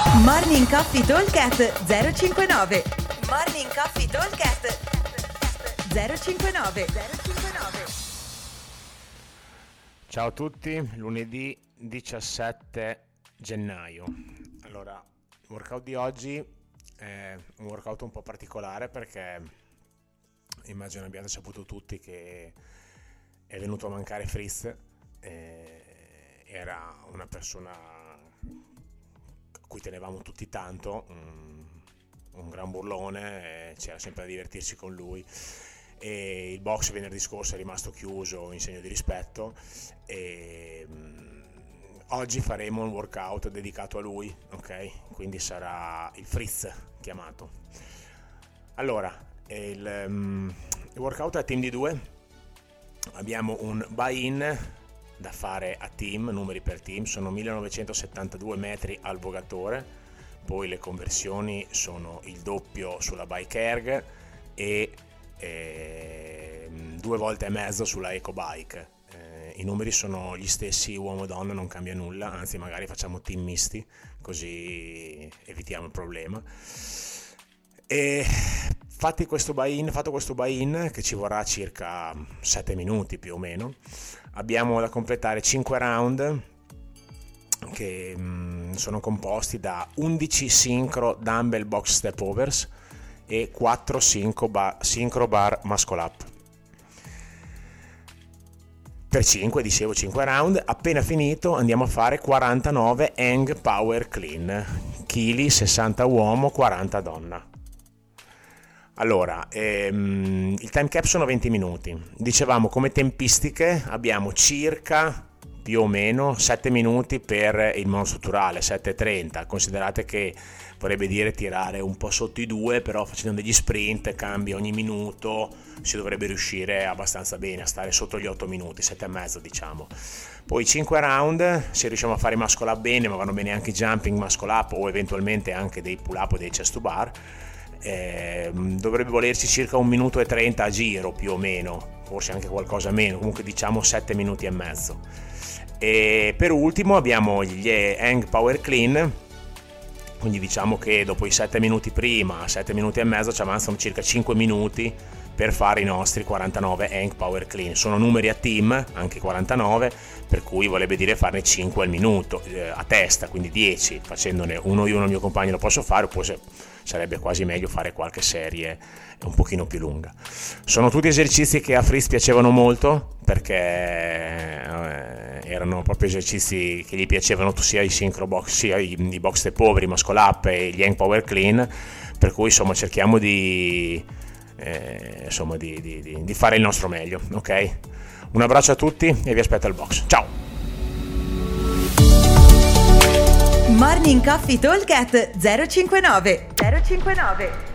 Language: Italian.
Morning Coffee Talkcast 059. Morning Coffee Talkcast 059. Ciao a tutti, lunedì 17 gennaio. Allora, il workout di oggi è un workout un po' particolare perché immagino abbiate saputo tutti che è venuto a mancare Fritz. Era una persona a cui tenevamo tutti tanto, un gran burlone, c'era sempre da divertirsi con lui. E il box venerdì scorso è rimasto chiuso in segno di rispetto e oggi faremo un workout dedicato a lui, ok? Quindi sarà il Fritz chiamato. Allora, il workout è a team di 2. Abbiamo un buy-in da fare a team, numeri per team, sono 1972 metri al vogatore, poi le conversioni sono il doppio sulla bike erg e 2 volte e mezzo sulla EcoBike. I numeri sono gli stessi uomo-donna, non cambia nulla, anzi magari facciamo team misti così evitiamo il problema. E fatto questo buy-in che ci vorrà circa 7 minuti più o meno, abbiamo da completare 5 round che sono composti da 11 synchro dumbbell box step overs e 4 synchro bar muscle up. Per 5 round. Appena finito andiamo a fare 49 hang power clean, chili 60 uomo, 40 donna. Allora, il time cap sono 20 minuti. Dicevamo, come tempistiche abbiamo circa più o meno 7 minuti per il monostrutturale, 7:30. Considerate che vorrebbe dire tirare un po' sotto i 2, però facendo degli sprint, cambi ogni minuto, si dovrebbe riuscire abbastanza bene a stare sotto gli 8 minuti, 7,5 diciamo. Poi 5 round, se riusciamo a fare i muscle up bene, ma vanno bene anche i jumping muscle up o eventualmente anche dei pull up o dei chest to bar, dovrebbe volerci circa 1 minuto e 30 a giro più o meno, forse anche qualcosa meno, comunque diciamo 7 minuti e mezzo. E per ultimo abbiamo gli hang power clean, quindi diciamo che dopo i 7 minuti prima, 7 minuti e mezzo ci avanzano circa 5 minuti per fare i nostri 49 hang power clean. Sono numeri a team, anche 49, per cui vorrebbe dire farne 5 al minuto a testa, quindi 10, facendone uno io e il mio compagno lo posso fare, oppure sarebbe quasi meglio fare qualche serie un pochino più lunga. Sono tutti esercizi che a Fritz piacevano molto perché erano proprio esercizi che gli piacevano sia i synchro box, sia i box step over, i muscle up e gli hang power clean, per cui insomma cerchiamo di fare il nostro meglio, ok? Un abbraccio a tutti e vi aspetto al box. Ciao! Morning Coffee Talkcast 059.